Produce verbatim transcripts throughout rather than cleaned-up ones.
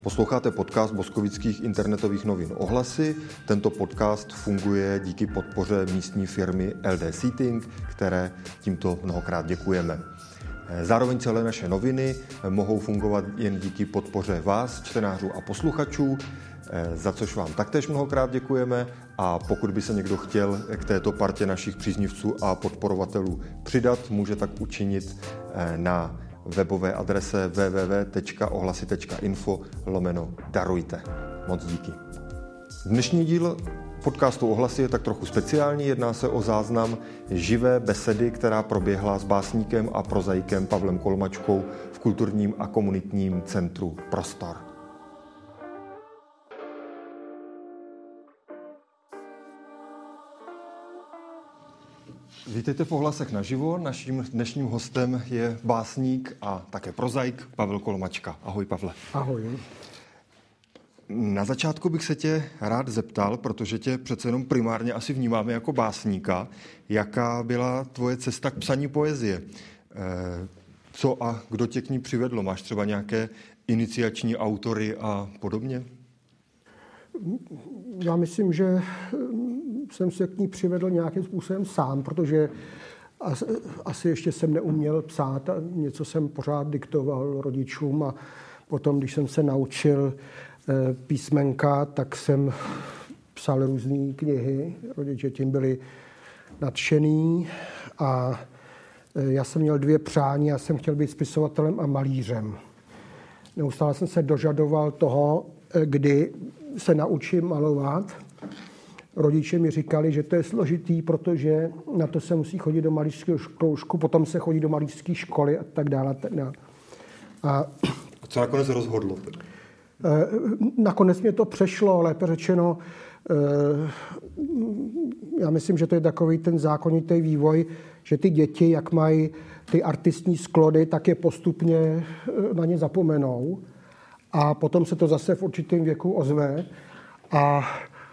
Posloucháte podcast boskovických internetových novin Ohlasy. Tento podcast funguje díky podpoře místní firmy L D Seating, které tímto mnohokrát děkujeme. Zároveň celé naše noviny mohou fungovat jen díky podpoře vás, čtenářů a posluchačů, za což vám taktéž mnohokrát děkujeme. A pokud by se někdo chtěl k této partě našich příznivců a podporovatelů přidat, může tak učinit na webové adrese w w w tečka ohlasy tečka info lomeno darujte. Moc díky. Dnešní díl podcastu Ohlasy je tak trochu speciální. Jedná se o záznam živé besedy, která proběhla s básníkem a prozaikem Pavlem Kolomačkou v kulturním a komunitním centru Prostor. Vítejte v Ohlasech naživo. Naším dnešním hostem je básník a také prozaik Pavel Kolomačka. Ahoj, Pavle. Ahoj. Na začátku bych se tě rád zeptal, protože tě přece jenom primárně asi vnímáme jako básníka, jaká byla tvoje cesta k psaní poezie? Co a kdo tě k ní přivedlo? Máš třeba nějaké iniciační autory a podobně? Já myslím, že jsem se k ní přivedl nějakým způsobem sám, protože asi ještě jsem neuměl psát a něco jsem pořád diktoval rodičům a potom, když jsem se naučil písmenka, tak jsem psal různé knihy. Rodiče tím byli nadšený a já jsem měl dvě přání. Já jsem chtěl být spisovatelem a malířem. Neustále jsem se dožadoval toho, kdy se naučím malovat. Rodiče mi říkali, že to je složitý, protože na to se musí chodit do malířského kroužku, potom se chodí do malířské školy a tak dále. A co nakonec rozhodlo? Nakonec mě to přešlo, lépe řečeno. Já myslím, že to je takový ten zákonitý vývoj, že ty děti, jak mají ty artistní sklony, tak je postupně na ně zapomenou. A potom se to zase v určitém věku ozve. A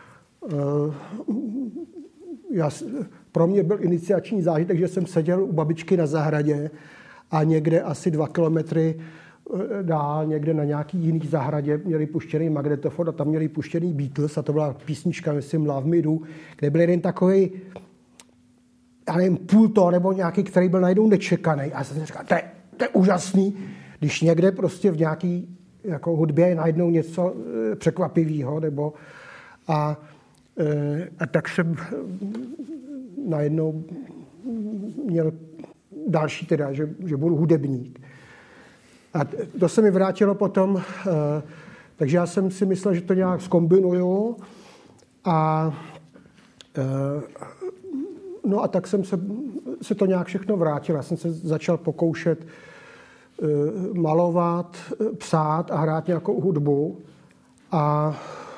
já, pro mě byl iniciační zážitek, že jsem seděl u babičky na zahradě a někde asi dva kilometry dál, někde na nějaký jiný zahradě měli puštěný magnetofon a tam měli puštěný Beatles a to byla písnička, myslím, Love Me Do, kde byl jeden takový, já nevím, půl to nebo nějaký, který byl najednou nečekaný. A já jsem říkal, to je, to je úžasný, když někde prostě v nějaký jako hudbě je najednou něco překvapivého, nebo a, a tak jsem najednou měl další teda, že, že budu hudebník. A to se mi vrátilo potom, takže já jsem si myslel, že to nějak zkombinuju a no a tak jsem se, se to nějak všechno vrátil. Já jsem se začal pokoušet malovat, psát a hrát nějakou hudbu a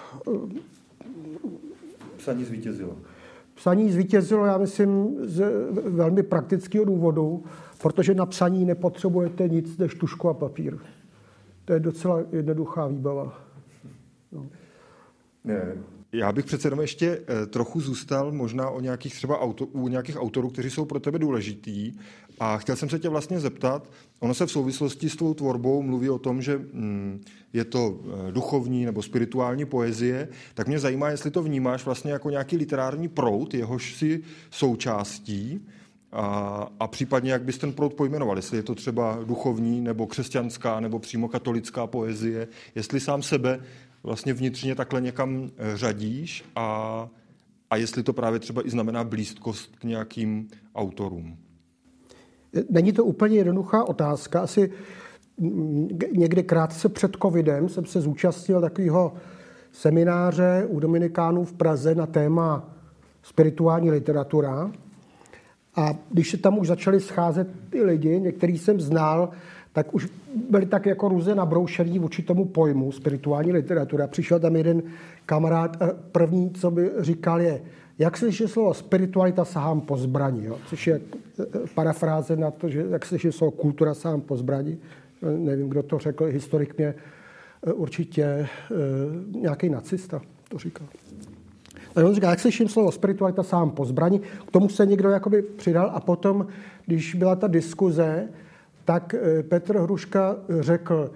psaní zvítězilo. Psaní zvítězilo, já myslím, z velmi praktického důvodu, protože na psaní nepotřebujete nic než tužku a papír. To je docela jednoduchá výbava. No. Ne. Já bych přece jenom ještě trochu zůstal možná o nějakých třeba auto, u nějakých autorů, kteří jsou pro tebe důležitý. A chtěl jsem se tě vlastně zeptat, ono se v souvislosti s tvou tvorbou mluví o tom, že mm, je to duchovní nebo spirituální poezie, tak mě zajímá, jestli to vnímáš vlastně jako nějaký literární proud, jehož si součástí a, a případně jak bys ten proud pojmenoval, jestli je to třeba duchovní nebo křesťanská nebo přímo katolická poezie, jestli sám sebe vlastně vnitřně takhle někam řadíš a, a jestli to právě třeba i znamená blízkost k nějakým autorům. Není to úplně jednoduchá otázka. Asi někde krátce před covidem jsem se zúčastnil takového semináře u Dominikánů v Praze na téma spirituální literatura. A když se tam už začali scházet ty lidi, některý jsem znal, tak už byli tak jako různě nabroušený vůči tomu pojmu spirituální literatura. Přišel tam jeden kamarád a první, co by říkal, je, jak slyší slovo spiritualita, sahám po zbrani. Jo? Což je parafráze na to, že jak slyší slovo kultura, sahám po zbrani. Nevím, kdo to řekl, historik mě určitě nějaký nacista to říkal. Tak on říká, jak slyším slovo spiritualita, sahám po zbrani. K tomu se někdo jakoby přidal a potom, když byla ta diskuze, tak Petr Hruška řekl,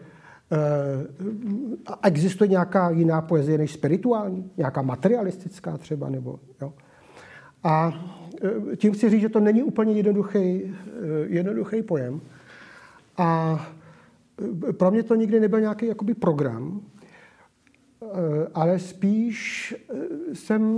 A existuje nějaká jiná poezie než spirituální? Nějaká materialistická třeba? Nebo, jo? A tím chci říct, že to není úplně jednoduchý, jednoduchý pojem. A pro mě to nikdy nebyl nějaký jakoby program, ale spíš jsem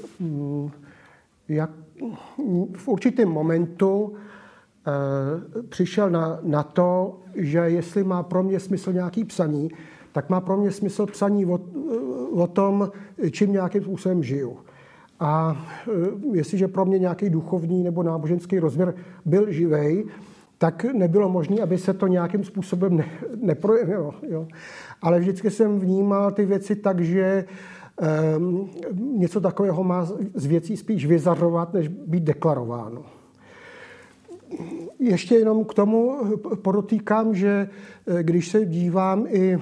jak v určitém momentu přišel na, na to, že jestli má pro mě smysl nějaký psaní, tak má pro mě smysl psaní o, o tom, čím nějakým způsobem žiju. A jestliže pro mě nějaký duchovní nebo náboženský rozměr byl živej, tak nebylo možné, aby se to nějakým způsobem ne, neprojevilo. Jo. Ale vždycky jsem vnímal ty věci tak, že um, něco takového má z věcí spíš vyzařovat, než být deklarováno. Ještě jenom k tomu podotýkám, že když se dívám i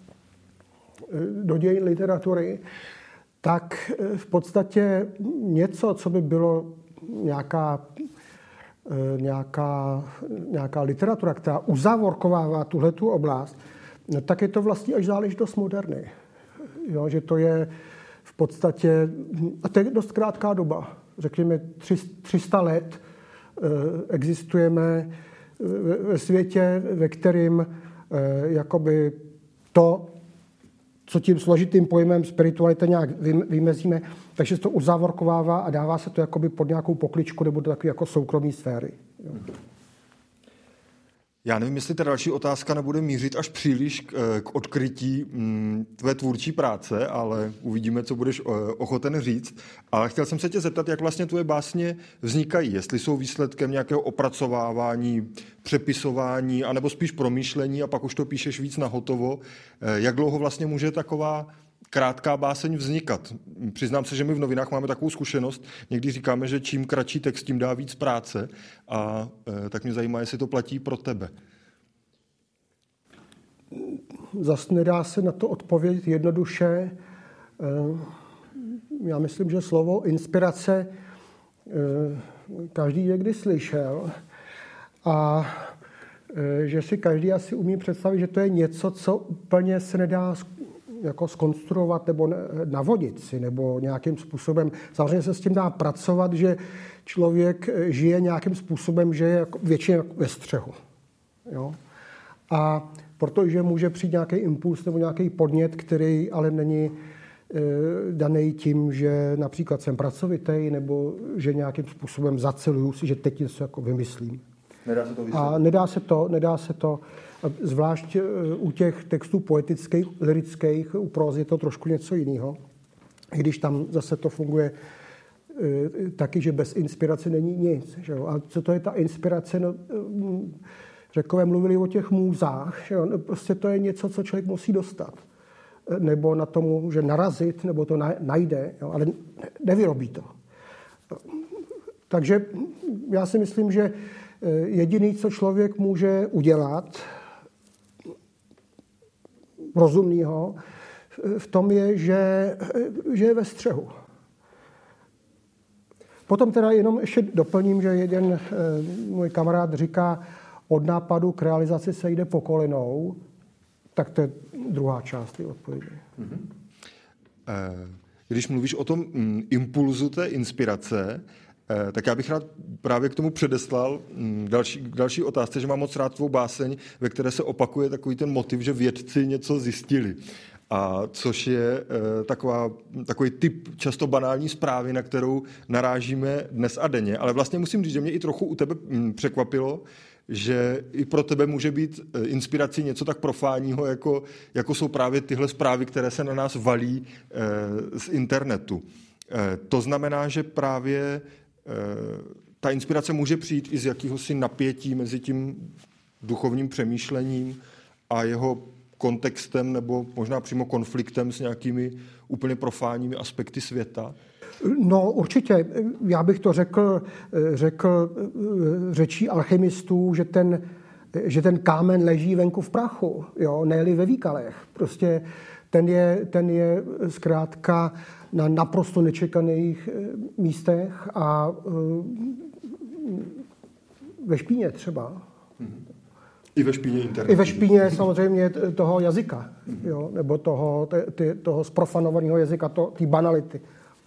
do dějin literatury, tak v podstatě něco, co by bylo nějaká, nějaká, nějaká literatura, která uzávorkovává tuhletu oblast, no tak je to vlastně až záležitost moderny. Jo, že to je v podstatě, a to je dost krátká doba, řekněme tři sta let, existujeme ve světě, ve kterém jakoby to, co tím složitým pojmem spiritualita nějak vymezíme, takže se to uzávorkovává a dává se to jakoby pod nějakou pokličku nebo do takové jako soukromé sféry. Jo. Já nevím, jestli ta další otázka nebude mířit až příliš k, k odkrytí m, tvé tvůrčí práce, ale uvidíme, co budeš ochoten říct. Ale chtěl jsem se tě zeptat, jak vlastně tvoje básně vznikají. Jestli jsou výsledkem nějakého opracovávání, přepisování, anebo spíš promýšlení a pak už to píšeš víc na hotovo. Jak dlouho vlastně může taková krátká báseň vznikat? Přiznám se, že my v novinách máme takovou zkušenost. Někdy říkáme, že čím kratší text, tím dá víc práce. A e, tak mě zajímá, jestli to platí pro tebe. Zas nedá se na to odpovědět jednoduše. Já myslím, že slovo inspirace každý někdy slyšel a že si každý asi umí představit, že to je něco, co úplně se nedá jako zkonstruovat nebo navodit si, nebo nějakým způsobem. Samozřejmě se s tím dá pracovat, že člověk žije nějakým způsobem, že je většině ve střehu. Jo? A protože může přijít nějaký impuls nebo nějaký podnět, který ale není e, daný tím, že například jsem pracovitý, nebo že nějakým způsobem zaceluju si, že teď něco jako vymyslím. Nedá se to vysvětlit. A nedá se to, nedá se to, zvlášť u těch textů poetických, lirických, u prózy je to trošku něco jiného. I když tam zase to funguje e, taky, že bez inspirace není nic. Že jo? A co to je ta inspirace? No, Řekové mluvili o těch můzách. Že jo? Prostě to je něco, co člověk musí dostat. Nebo na to může narazit, nebo to najde, jo? Ale nevyrobí to. Takže já si myslím, že jediný, co člověk může udělat, rozumného, v tom je, že, že je ve střehu. Potom teda jenom ještě doplním, že jeden můj kamarád říká, od nápadu k realizaci se jde po kolenou, tak to je druhá část té odpovědi. Mm-hmm. Když mluvíš o tom impulzu té inspirace, tak já bych rád právě k tomu předeslal další, další otázce, že mám moc rád tvou báseň, ve které se opakuje takový ten motiv, že vědci něco zjistili. A což je e, taková, takový typ často banální zprávy, na kterou narážíme dnes a denně. Ale vlastně musím říct, že mě i trochu u tebe m, překvapilo, že i pro tebe může být inspirací něco tak profánního, jako, jako jsou právě tyhle zprávy, které se na nás valí e, z internetu. E, to znamená, že právě e, ta inspirace může přijít i z jakýhosi napětí mezi tím duchovním přemýšlením a jeho kontextem nebo možná přímo konfliktem s nějakými úplně profánními aspekty světa? No určitě. Já bych to řekl, řekl řečí alchymistů, že ten, že ten kámen leží venku v prachu, jo, ne-li ve výkalech. Prostě ten je, ten je zkrátka na naprosto nečekaných místech a ve špíně třeba. I ve špíně internetu. I ve špíně samozřejmě toho jazyka, jo, nebo toho, ty, toho zprofanovaného jazyka, té banality.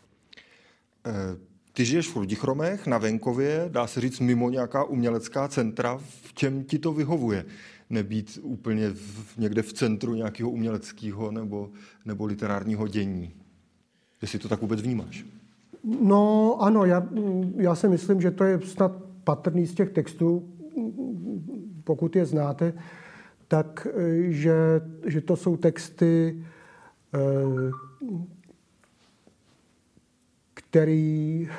Ty žiješ v Ludichromech, na venkově, dá se říct mimo nějaká umělecká centra. V čem ti to vyhovuje? Nebýt úplně v, někde v centru nějakého uměleckého nebo, nebo literárního dění. Jestli to tak vůbec vnímáš? No ano, já, já si myslím, že to je snad patrný z těch textů, pokud je znáte, tak, že, že to jsou texty, který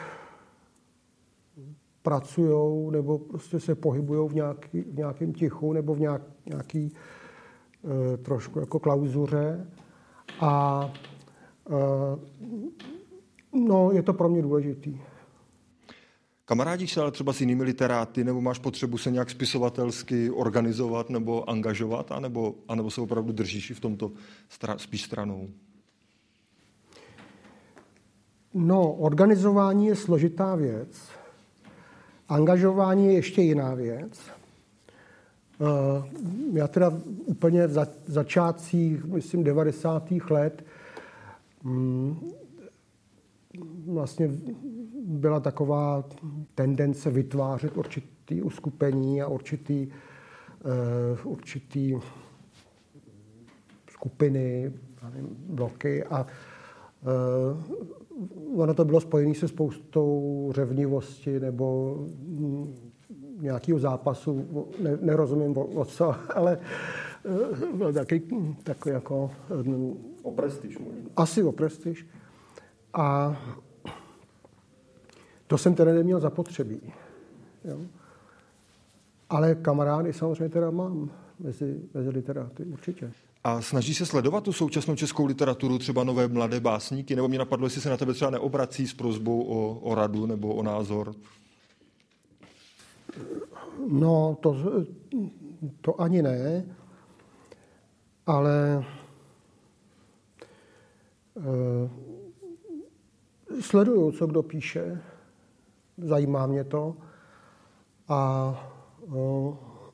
pracujou nebo prostě se pohybujou v, nějaký, v nějakém tichu nebo v nějak, nějaký e, trošku jako klauzuře. A e, no, je to pro mě důležitý. Kamarádíš se ale třeba s jinými literáty, nebo máš potřebu se nějak spisovatelsky organizovat nebo angažovat, anebo, anebo se opravdu držíš i v tomto stra, spíš stranou? No, organizování je složitá věc. Angažování je ještě jiná věc. Já teda úplně v začátcích, myslím, devadesátých let vlastně byla taková tendence vytvářet určitý uskupení a určitý, určitý skupiny, bloky a ono to bylo spojené se spoustou řevnivosti nebo nějakého zápasu, ne, nerozumím o, o co, ale byl taky takový jako... O prestiž možná. Asi o prestiž. A to jsem teda neměl zapotřebí. Jo. Ale kamarády samozřejmě teda mám mezi, mezi literáty, určitě. A snaží se sledovat tu současnou českou literaturu, třeba nové mladé básníky? Nebo mě napadlo, jestli se na tebe třeba neobrací s prosbou o, o radu nebo o názor? No, to, to ani ne, ale uh, sleduju, co kdo píše, zajímá mě to a uh,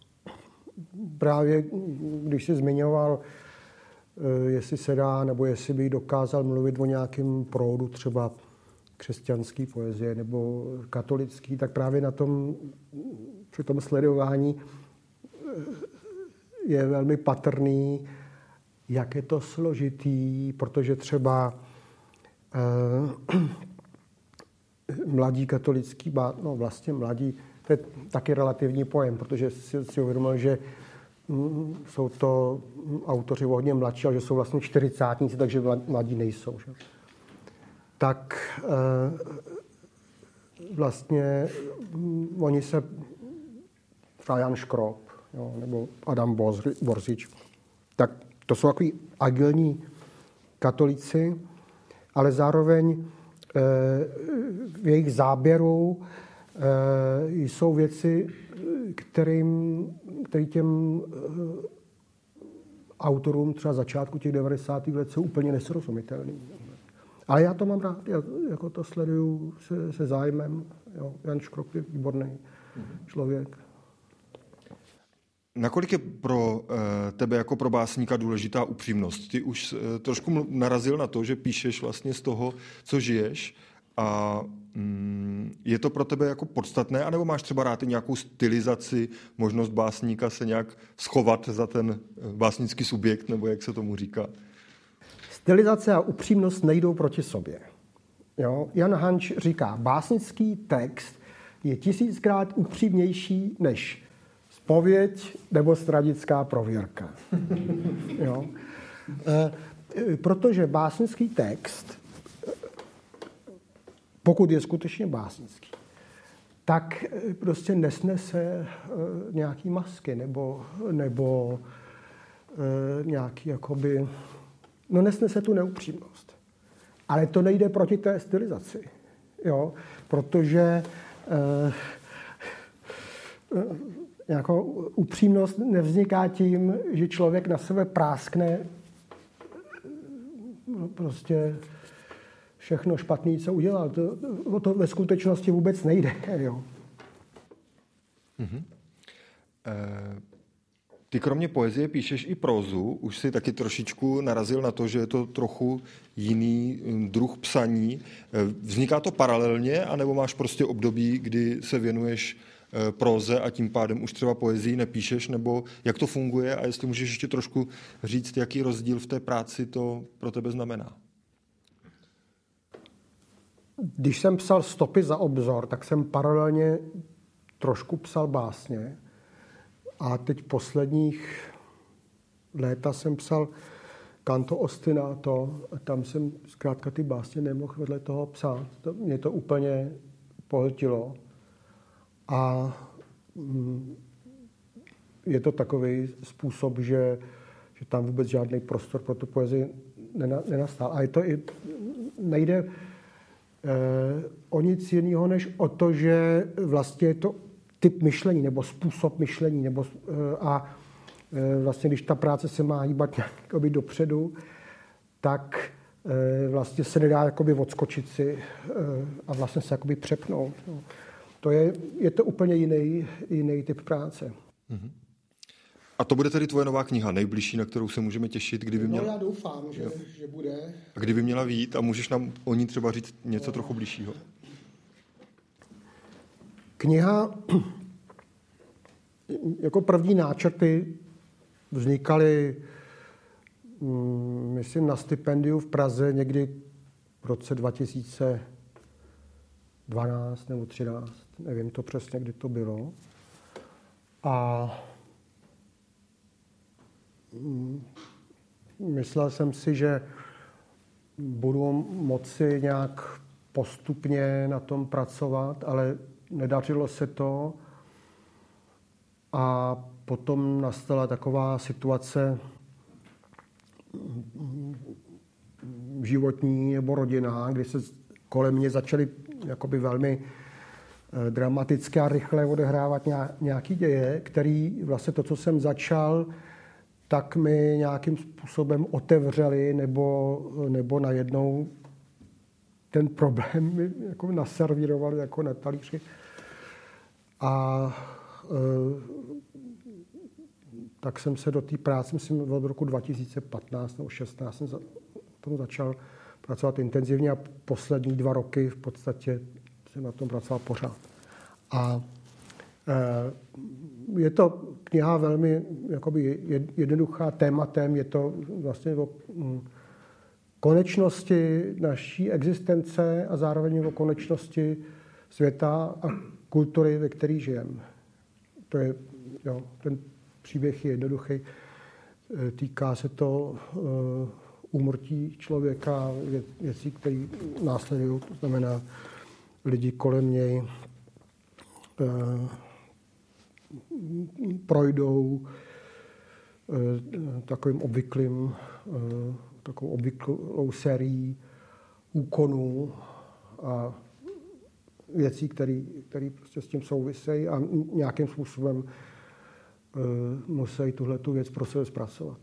právě když jsi zmiňoval, jestli se dá, nebo jestli by dokázal mluvit o nějakém proudu třeba křesťanský poezie nebo katolický, tak právě na tom, při tom sledování je velmi patrný, jak je to složitý, protože třeba eh, mladí katolický, no vlastně mladí, to je taky relativní pojem, protože si, si uvědomil, že mm, jsou to autoři hodně mladší, ale že jsou vlastně čtyřicátníci, takže mladí nejsou. Že? Tak eh, vlastně mm, oni se, třeba Jan Škrob, jo, nebo Adam Borzič, tak to jsou takový agilní katolíci, ale zároveň eh, v jejich záběru eh, jsou věci, kterým, který těm eh, autorům třeba začátku těch devadesátých let jsou úplně nesrozumitelný. Ale já to mám rád, já jako to sleduju se, se zájmem. Jo. Jan Škrop je výborný člověk. Nakolik je pro uh, tebe jako pro básníka důležitá upřímnost? Ty už uh, trošku narazil na to, že píšeš vlastně z toho, co žiješ, a um, je to pro tebe jako podstatné, anebo máš třeba rád i nějakou stylizaci, možnost básníka se nějak schovat za ten básnický subjekt, nebo jak se tomu říká? Stylizace a upřímnost nejdou proti sobě. Jo? Jan Hanč říká, básnický text je tisíckrát upřímnější než zpověď nebo stranická prověrka. Jo? E, protože básnický text, pokud je skutečně básnický, tak prostě nesnese nějaký masky nebo, nebo e, nějaký jakoby... No nesnese tu neupřímnost. Ale to nejde proti té stylizaci. Jo? Protože e, e, jako upřímnost nevzniká tím, že člověk na sebe práskne prostě všechno špatné, co udělal. To, o to ve skutečnosti vůbec nejde. Jo. Mm-hmm. E, Ty kromě poezie píšeš i prózu. Už si taky trošičku narazil na to, že je to trochu jiný druh psaní. Vzniká to paralelně, anebo máš prostě období, kdy se věnuješ próze a tím pádem už třeba poezii nepíšeš, nebo jak to funguje a jestli můžeš ještě trošku říct, jaký rozdíl v té práci to pro tebe znamená? Když jsem psal Stopy za obzor, tak jsem paralelně trošku psal básně a teď posledních léta jsem psal Canto ostinato a tam jsem zkrátka ty básně nemohl vedle toho psát. To, mě to úplně pohltilo. A je to takový způsob, že, že tam vůbec žádný prostor pro tu poezii nenastal. A je to i, nejde eh, o nic jiného, než o to, že vlastně je to typ myšlení nebo způsob myšlení. Nebo, eh, a eh, vlastně, když ta práce se má hýbat nějak dopředu, tak eh, vlastně se nedá jakoby odskočit si eh, a vlastně se jakoby přepnout. No. To je, je to úplně jiný, jiný typ práce. Mm-hmm. A to bude tedy tvoje nová kniha, nejbližší, na kterou se můžeme těšit, kdyby měla... No já doufám, že, že bude. A kdyby měla vyjít a můžeš nám o ní třeba říct něco no. trochu bližšího? Kniha, jako první náčrty vznikaly, myslím, na stipendiu v Praze někdy v roce dva tisíce dvanáct nebo třináct, nevím to přesně, kdy to bylo. A myslel jsem si, že budu moci nějak postupně na tom pracovat, ale nedařilo se to. A potom nastala taková situace životní nebo rodinná, kdy se kolem mě začaly jakoby velmi dramaticky a rychle odehrávat nějaký děje, který vlastně to, co jsem začal, tak mi nějakým způsobem otevřeli nebo, nebo najednou ten problém mi jako naservírovali jako na talíři. A e, tak jsem se do té práce, myslím, od roku dva tisíce patnáct nebo šestnáct jsem za, tomu začal pracovat intenzivně a poslední dva roky v podstatě jsem na tom pracoval pořád. A e, je to kniha velmi jakoby jednoduchá tématem, je to vlastně o konečnosti naší existence a zároveň o konečnosti světa a kultury, ve které žijeme. To je, jo, ten příběh je jednoduchý. Týká se to úmrtí člověka, věcí, které následují, to znamená lidi kolem něj projdou takovým obvyklým, takovou obvyklou sérií úkonů a věcí, které prostě s tím souvisejí a nějakým způsobem musí tuhletu věc pro sebe zpracovat.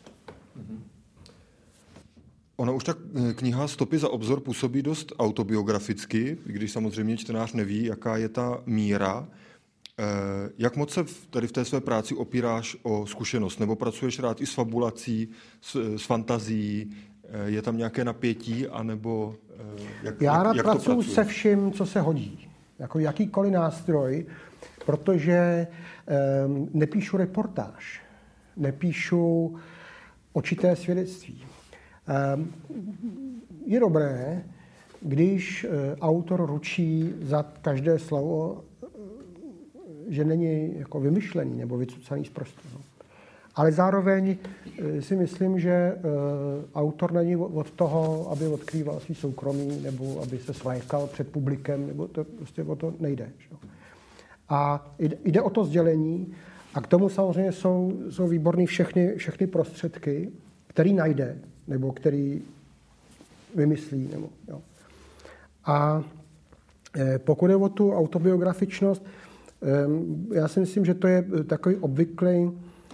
Ona už ta kniha Stopy za obzor působí dost autobiograficky, když samozřejmě čtenář neví, jaká je ta míra. Jak moc se tady v té své práci opíráš o zkušenost? Nebo pracuješ rád i s fabulací, s, s fantazií? Je tam nějaké napětí? Anebo jak, Já rád jak pracuji se vším, co se hodí. Jako jakýkoliv nástroj, protože um, nepíšu reportáž, nepíšu očité svědectví. Um, je dobré, když uh, autor ručí za každé slovo, že není jako vymyšlený nebo vycucaný z prostoru. Ale zároveň si myslím, že autor není od toho, aby odkrýval svý soukromí nebo aby se svlékal před publikem, nebo to prostě o to nejde. A jde o to sdělení a k tomu samozřejmě jsou, jsou výborný všechny, všechny prostředky, který najde nebo který vymyslí. Nebo, jo. A pokud je o tu autobiografičnost, já si myslím, že to je takový obvyklý,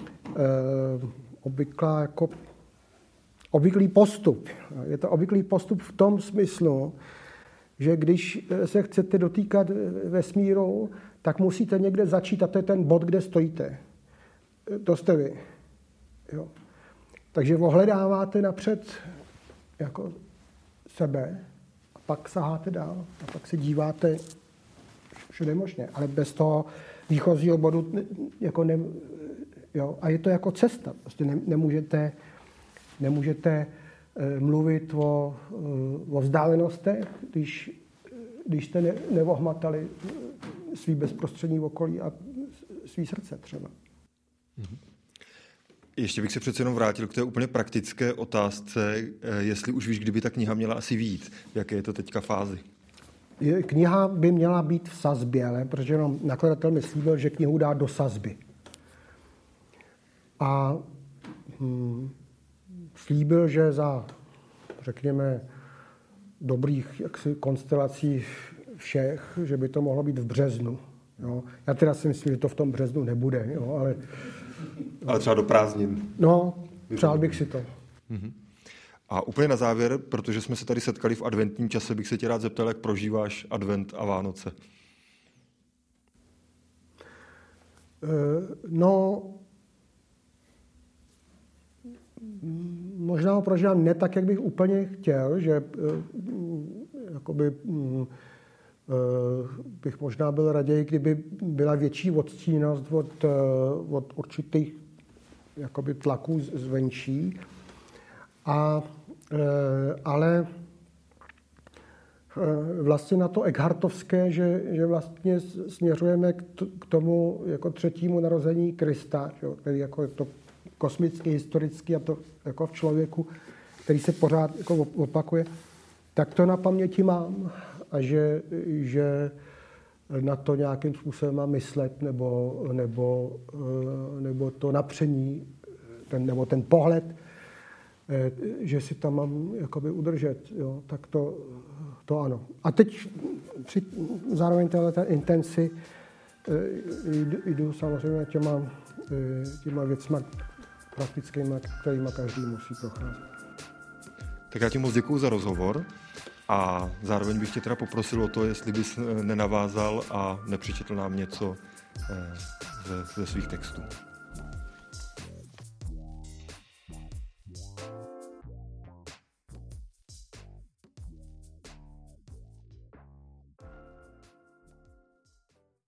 obvyklá jako obvyklý postup. Je to obvyklý postup v tom smyslu, že když se chcete dotýkat vesmíru, tak musíte někde začít a to je ten bod, kde stojíte. to jste vy. Jo. Takže ohledáváte napřed jako sebe a pak saháte dál a pak se díváte všude možně, ale bez toho výchozího bodu jako ne, jo, a je to jako cesta. Prostě ne, nemůžete, nemůžete e, mluvit o, o vzdálenostech, když, když jste ne, neohmatali svý bezprostřední okolí a svý srdce třeba. Mm-hmm. Ještě bych se přece jenom vrátil k té úplně praktické otázce, jestli už víš, kdyby ta kniha měla asi vyjít. V jaké je to teďka fázi? Kniha by měla být v sazbě, ale protože jenom nakladatel mi slíbil, že knihu dá do sazby. A hm, slíbil, že za, řekněme, dobrých jaksi konstelací všech, že by to mohlo být v březnu. Jo. Já teda si myslím, že to v tom březnu nebude, jo, ale... Ale třeba do prázdnin. No, přál bych si to. Mm-hmm. A úplně na závěr, protože jsme se tady setkali v adventním čase, bych se tě rád zeptal, jak prožíváš advent a Vánoce. No, možná ho prožívám ne tak, jak bych úplně chtěl, že jakoby, bych možná byl raději, kdyby byla větší odstíněnost od, od určitých jakoby tlaků zvenčí. A, ale vlastně na to Eckhartovské, že, že vlastně směřujeme k tomu jako třetímu narození Krista, který jako je to kosmicky, historicky a to jako v člověku, který se pořád jako opakuje, tak to na paměti mám a že, že na to nějakým způsobem mám myslet nebo, nebo, nebo to napření, ten, nebo ten pohled, že si tam mám jakoby udržet, jo, tak to, to ano. A teď při zároveň této intenci jdu, jdu samozřejmě těma, těma věcma praktickýma, kterýma každý musí procházet. Tak já ti moc děkuju za rozhovor a zároveň bych tě teda poprosil o to, jestli bys nenavázal a nepřečetl nám něco ze, ze svých textů.